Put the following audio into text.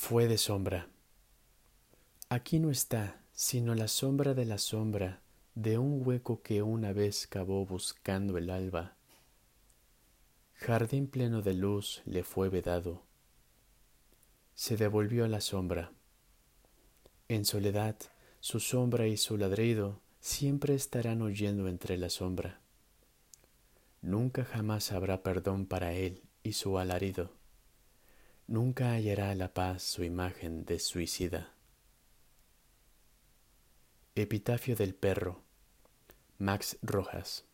fue de sombra. Aquí no está sino la sombra de la sombra de un hueco que una vez cavó buscando el alba. Jardín pleno de luz le fue vedado. Se devolvió a la sombra. En soledad, su sombra y su ladrido siempre estarán huyendo entre la sombra. Nunca jamás habrá perdón para él y su alarido. Nunca hallará la paz su imagen de suicida. Epitafio del perro. Max Rojas.